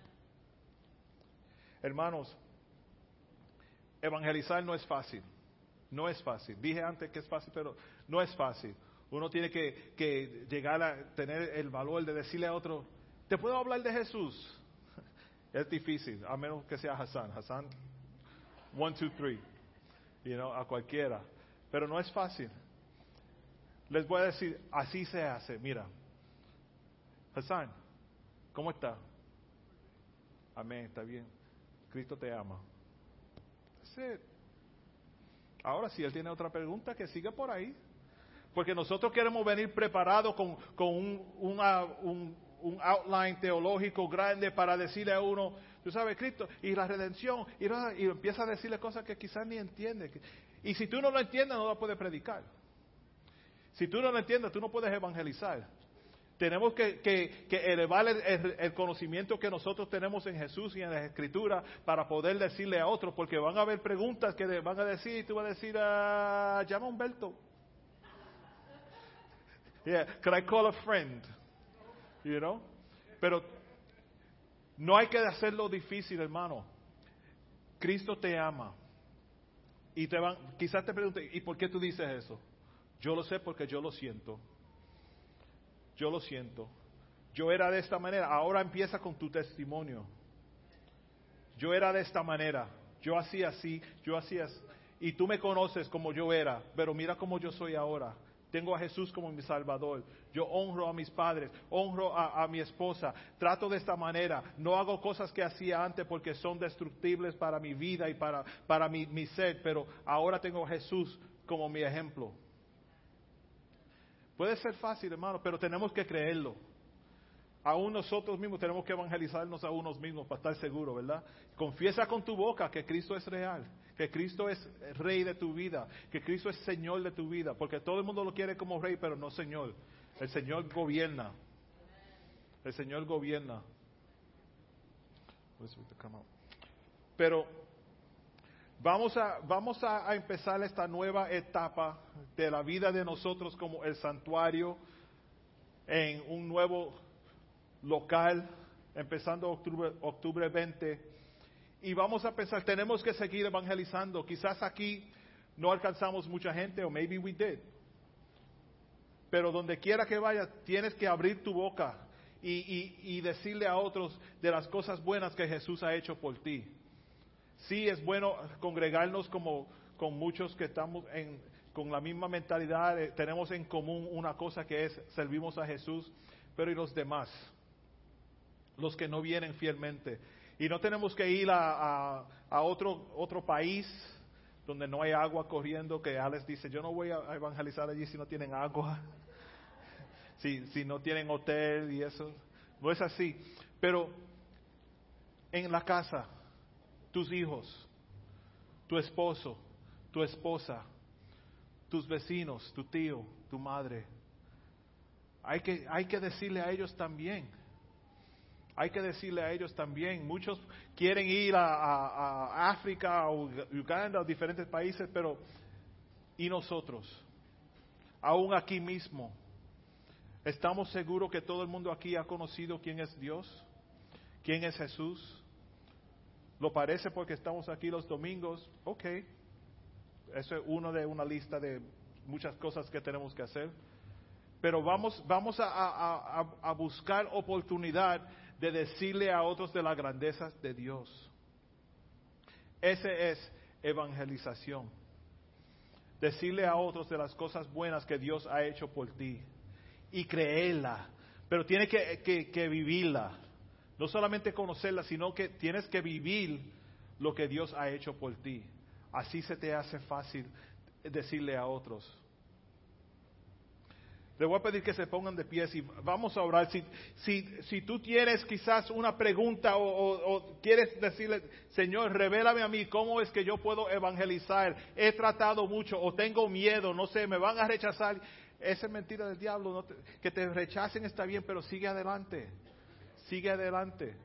Hermanos, evangelizar no es fácil. No es fácil. Dije antes que es fácil, pero no es fácil. Uno tiene que, que llegar a tener el valor de decirle a otro, ¿te puedo hablar de Jesús? Es difícil, a menos que sea Hassan. Hassan, one, two, three. You know, a cualquiera. Pero no es fácil. Les voy a decir, así se hace. Mira, Hassan, ¿cómo está? Amén, está bien. Cristo te ama. That's it. Ahora, si él tiene otra pregunta, que siga por ahí. Porque nosotros queremos venir preparados con, con un, una, un, un outline teológico grande para decirle a uno, tú sabes, Cristo, y la redención, y, y empieza a decirle cosas que quizás ni entiende. Y si tú no lo entiendes, no lo puedes predicar. Si tú no lo entiendes, tú no puedes evangelizar. Tenemos que, que, que elevar el, el, el conocimiento que nosotros tenemos en Jesús y en las Escrituras para poder decirle a otros, porque van a haber preguntas que van a decir, y tú vas a decir, ah, llama a Humberto. Yeah, can I call a friend? You know? Pero no hay que hacerlo difícil, hermano. Cristo te ama. Y te van, quizás te pregunten, ¿y por qué tú dices eso? Yo lo sé porque yo lo siento. Yo lo siento. Yo era de esta manera. Ahora empieza con tu testimonio. Yo era de esta manera. Yo hacía así, yo hacía así. Y tú me conoces como yo era, pero mira cómo yo soy ahora. Tengo a Jesús como mi Salvador. Yo honro a mis padres, honro a, a mi esposa. Trato de esta manera. No hago cosas que hacía antes porque son destructibles para mi vida y para, para mi, mi ser. Pero ahora tengo a Jesús como mi ejemplo. Puede ser fácil, hermano, pero tenemos que creerlo. Aún nosotros mismos tenemos que evangelizarnos a unos mismos para estar seguros, ¿verdad? Confiesa con tu boca que Cristo es real, que Cristo es Rey de tu vida, que Cristo es Señor de tu vida, porque todo el mundo lo quiere como Rey, pero no Señor. El Señor gobierna. El Señor gobierna. Pero vamos a, vamos a, a empezar esta nueva etapa de la vida de nosotros como el santuario en un nuevo local, empezando octubre, octubre veinte, y vamos a pensar, tenemos que seguir evangelizando. Quizás aquí no alcanzamos mucha gente, o maybe we did, pero donde quiera que vayas, tienes que abrir tu boca y, y, y decirle a otros de las cosas buenas que Jesús ha hecho por ti. Sí, es bueno congregarnos como con muchos que estamos en, con la misma mentalidad, eh, tenemos en común una cosa que es, servimos a Jesús, pero ¿y los demás? Los que no vienen fielmente. Y no tenemos que ir a, a, a otro, otro país donde no hay agua corriendo, que Alex dice, yo no voy a evangelizar allí si no tienen agua, si, si no tienen hotel y eso. No es así. Pero en la casa, tus hijos, tu esposo, tu esposa, tus vecinos, tu tío, tu madre, hay que, hay que decirle a ellos también. Hay que decirle a ellos también. Muchos quieren ir a, a, a África o Uganda o diferentes países, pero ¿y nosotros? Aún aquí mismo, ¿estamos seguros que todo el mundo aquí ha conocido quién es Dios? ¿Quién es Jesús? ¿Lo parece porque estamos aquí los domingos? Ok. Eso es uno de una lista de muchas cosas que tenemos que hacer. Pero vamos, vamos a, a, a, a buscar oportunidad de decirle a otros de las grandezas de Dios. Ese es evangelización. Decirle a otros de las cosas buenas que Dios ha hecho por ti. Y creerla. Pero tienes que, que, que vivirla. No solamente conocerla, sino que tienes que vivir lo que Dios ha hecho por ti. Así se te hace fácil decirle a otros. Le voy a pedir que se pongan de pie y vamos a orar. Si, si, si tú tienes quizás una pregunta o, o, o quieres decirle, Señor, revélame a mí cómo es que yo puedo evangelizar. He tratado mucho o tengo miedo, no sé, me van a rechazar. Esa es mentira del diablo. No te, que te rechacen está bien, pero sigue adelante. Sigue adelante.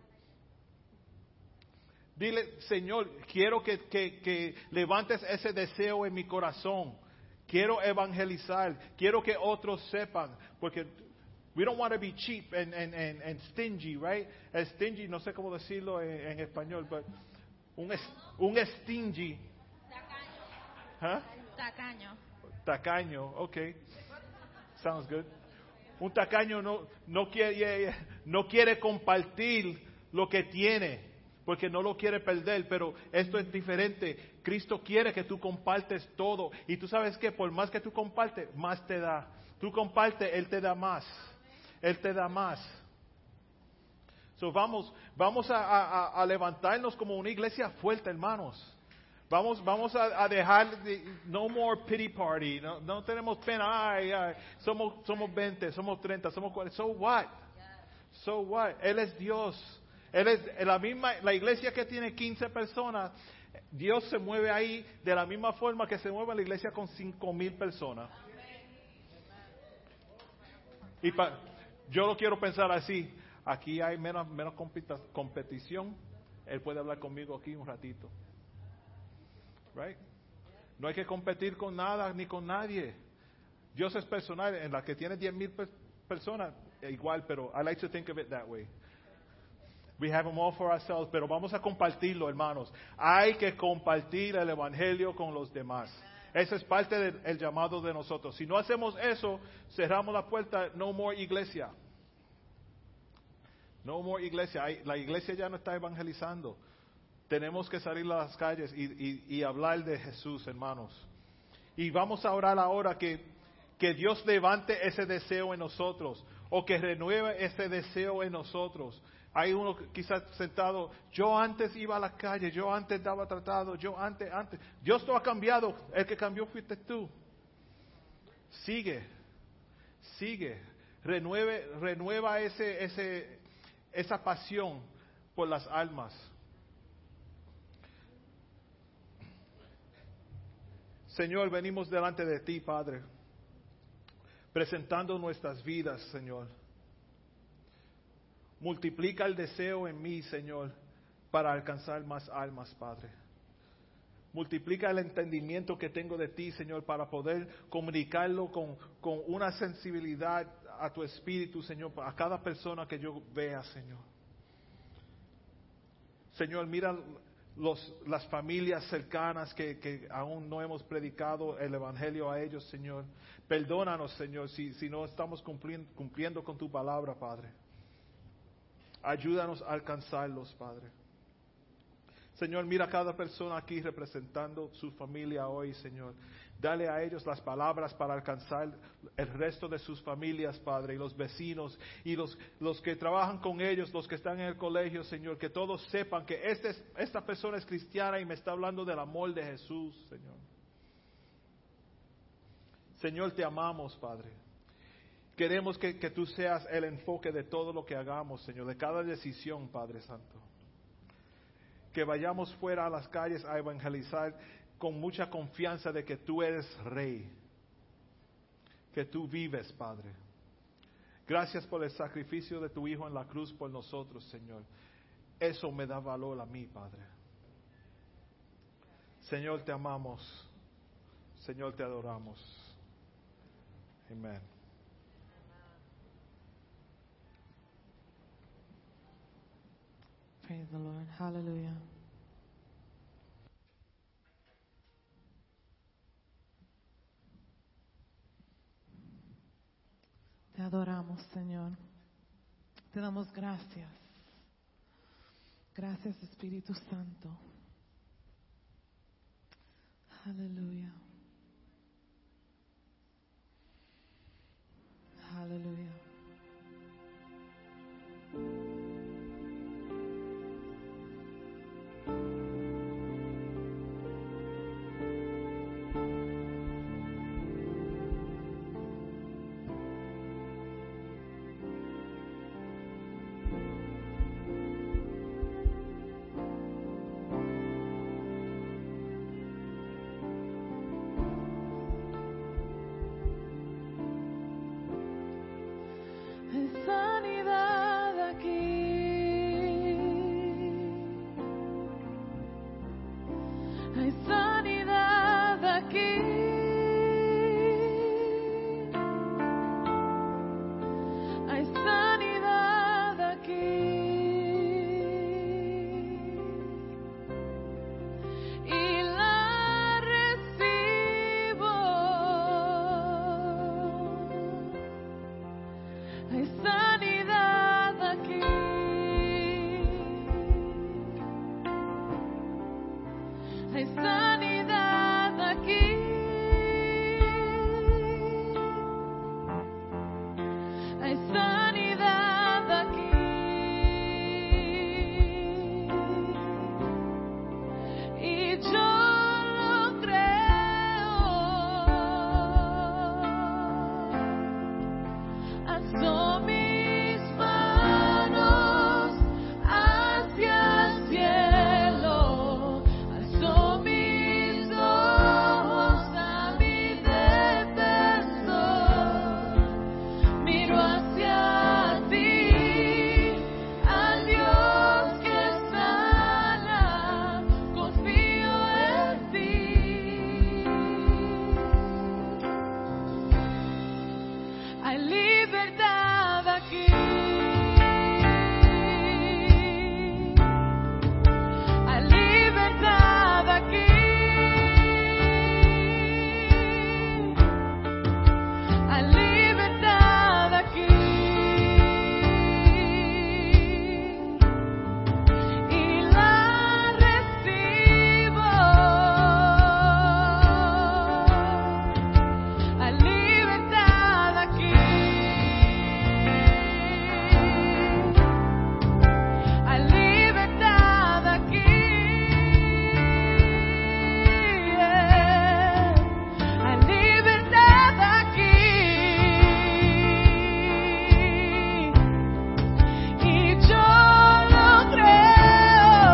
Dile, Señor, quiero que, que, que levantes ese deseo en mi corazón. Quiero evangelizar, quiero que otros sepan, porque we don't want to be cheap and, and, and, and stingy, right? Stingy, no sé cómo decirlo en, en español, but un, un stingy. Tacaño. ¿Huh? Tacaño. Tacaño, okay. Sounds good. Un tacaño no, no, quiere, no quiere compartir lo que tiene, porque no lo quiere perder, pero esto es diferente. Cristo quiere que tú compartes todo. Y tú sabes que por más que tú compartes, más te da. Tú comparte, Él te da más. Él te da más. So, vamos, vamos a, a, a levantarnos como una iglesia fuerte, hermanos. Vamos, vamos a, a dejar, de, no more pity party. No, no tenemos pena. Ay, ay, somos, somos veinte, somos treinta, somos cuarenta. So what? So what? Él es Dios. Él es la misma, la iglesia que tiene quince personas. Dios se mueve ahí de la misma forma que se mueve la iglesia con cinco mil personas. Y pa, yo lo quiero pensar así. Aquí hay menos, menos compita, competición. Él puede hablar conmigo aquí un ratito. Right? No hay que competir con nada ni con nadie. Dios es personal. En la que tiene diez mil pe- personas, igual, pero I like to think of it that way. We have them all for ourselves, pero vamos a compartirlo, hermanos. Hay que compartir el evangelio con los demás. Esa es parte del el llamado de nosotros. Si no hacemos eso, cerramos la puerta. No more iglesia. No more iglesia. Hay, la iglesia ya no está evangelizando. Tenemos que salir a las calles y, y, y hablar de Jesús, hermanos. Y vamos a orar ahora que, que Dios levante ese deseo en nosotros, o que renueve ese deseo en nosotros. Hay uno quizás sentado, yo antes iba a la calle, yo antes daba tratado, yo antes, antes. Dios no ha cambiado, el que cambió fuiste tú. Sigue, sigue, renueve, renueva ese, ese, esa pasión por las almas. Señor, venimos delante de ti, Padre, presentando nuestras vidas, Señor. Multiplica el deseo en mí, Señor, para alcanzar más almas, Padre. Multiplica el entendimiento que tengo de ti, Señor, para poder comunicarlo con, con una sensibilidad a tu espíritu, Señor, a cada persona que yo vea, Señor. Señor, mira los, las familias cercanas que, que aún no hemos predicado el evangelio a ellos, Señor. Perdónanos, Señor, si, si no estamos cumpliendo, cumpliendo con tu palabra, Padre. Ayúdanos a alcanzarlos, Padre. Señor, mira a cada persona aquí representando su familia hoy, Señor. Dale a ellos las palabras para alcanzar el resto de sus familias, Padre, y los vecinos, y los, los que trabajan con ellos, los que están en el colegio, Señor, que todos sepan que este es, esta persona es cristiana y me está hablando del amor de Jesús, Señor. Señor, te amamos, Padre. Queremos que, que tú seas el enfoque de todo lo que hagamos, Señor, de cada decisión, Padre Santo. Que vayamos fuera a las calles a evangelizar con mucha confianza de que tú eres Rey, que tú vives, Padre. Gracias por el sacrificio de tu Hijo en la cruz por nosotros, Señor. Eso me da valor a mí, Padre. Señor, te amamos. Señor, te adoramos. Amén. Praise the Lord. Hallelujah. Te adoramos, Señor. Te damos gracias. Gracias, Espíritu Santo. Aleluya. Aleluya. Hay sanidad aquí. Hay sanidad aquí. Hay sanidad aquí. Y la recibo. Hay sanidad aquí. Hay sanidad aquí. hay sanidad aquí. Y yo lo creo. Alzo mis manos hacia el cielo, alzo mis ojos a mi defensor, miro hacia ti, al Dios que sana, confío en ti. Hay libertad aquí. Hay libertad aquí. Hay libertad aquí. Y la recibo. Hay libertad aquí. Hay libertad aquí. Hay libertad aquí. Y yo lo creo.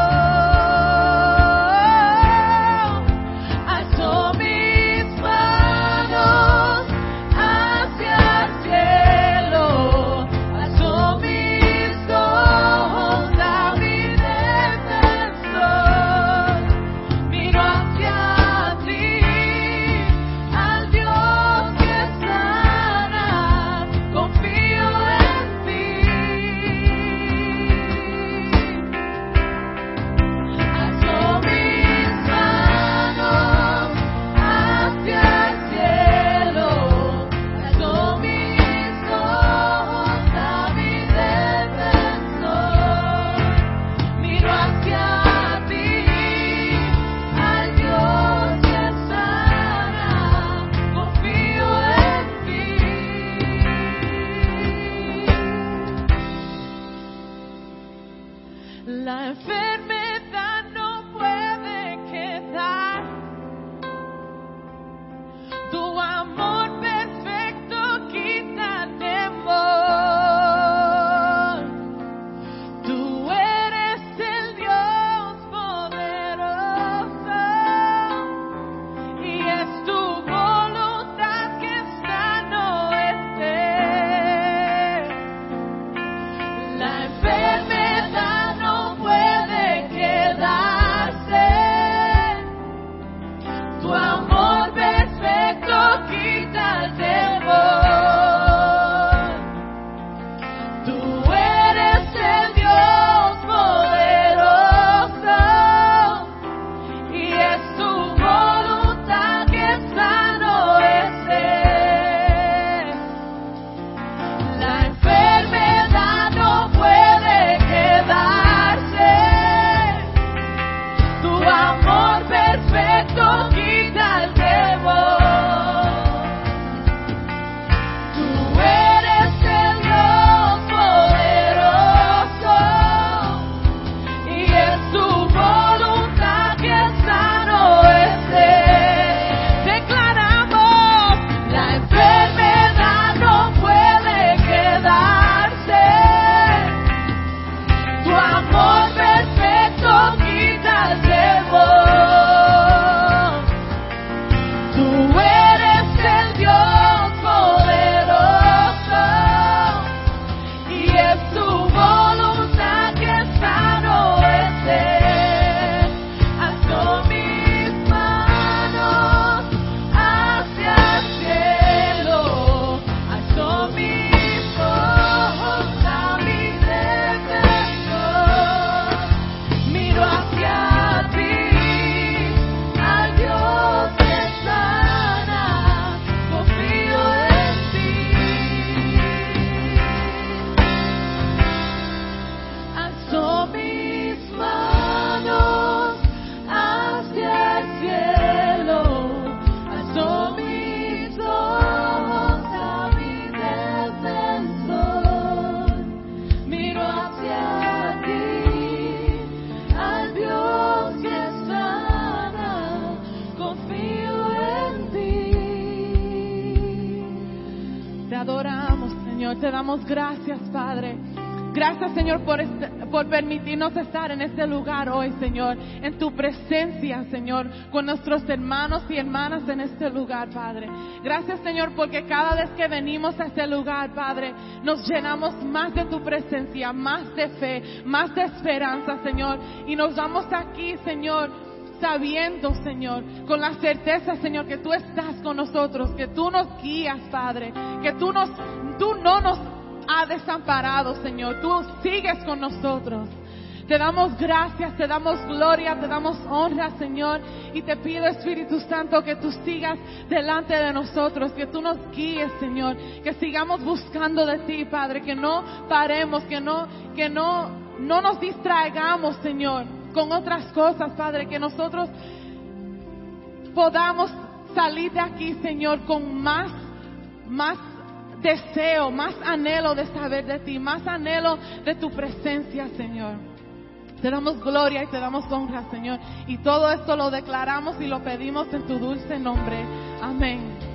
Alzo mis manos hacia el cielo, alzo mis ojos a mi defensor, miro hacia ti, al Dios que sana, confío en ti. Alzo mis manos hacia el cielo, alzo mis ojos a mi defensor, miro hacia ti, al Dios que sana, confío en ti. La enfermedad no puede quedar. Tu amor perfecto quita el temor. Tú eres el Dios poderoso y es tu voluntad que sano esté. La enfermedad no puede Señor. Te damos gracias, Padre. Gracias, Señor, por, este, por permitirnos estar en este lugar hoy, Señor, en tu presencia, Señor, con nuestros hermanos y hermanas en este lugar, Padre. Gracias, Señor, porque cada vez que venimos a este lugar, Padre, nos llenamos más de tu presencia, más de fe, más de esperanza, Señor, y nos vamos aquí, Señor, sabiendo, Señor, con la certeza, Señor, que tú estás con nosotros, que tú nos guías, Padre, que tú, nos, tú no nos has desamparado, Señor, tú sigues con nosotros. Te damos gracias, te damos gloria, te damos honra, Señor, y te pido, Espíritu Santo, que tú sigas delante de nosotros, que tú nos guíes, Señor, que sigamos buscando de ti, Padre, que no paremos, que no, que no, no nos distraigamos, Señor, con otras cosas, Padre, que nosotros podamos salir de aquí, Señor, con más, más deseo, más anhelo de saber de ti, más anhelo de tu presencia, Señor. Te damos gloria y te damos honra, Señor, y todo esto lo declaramos y lo pedimos en tu dulce nombre. Amén.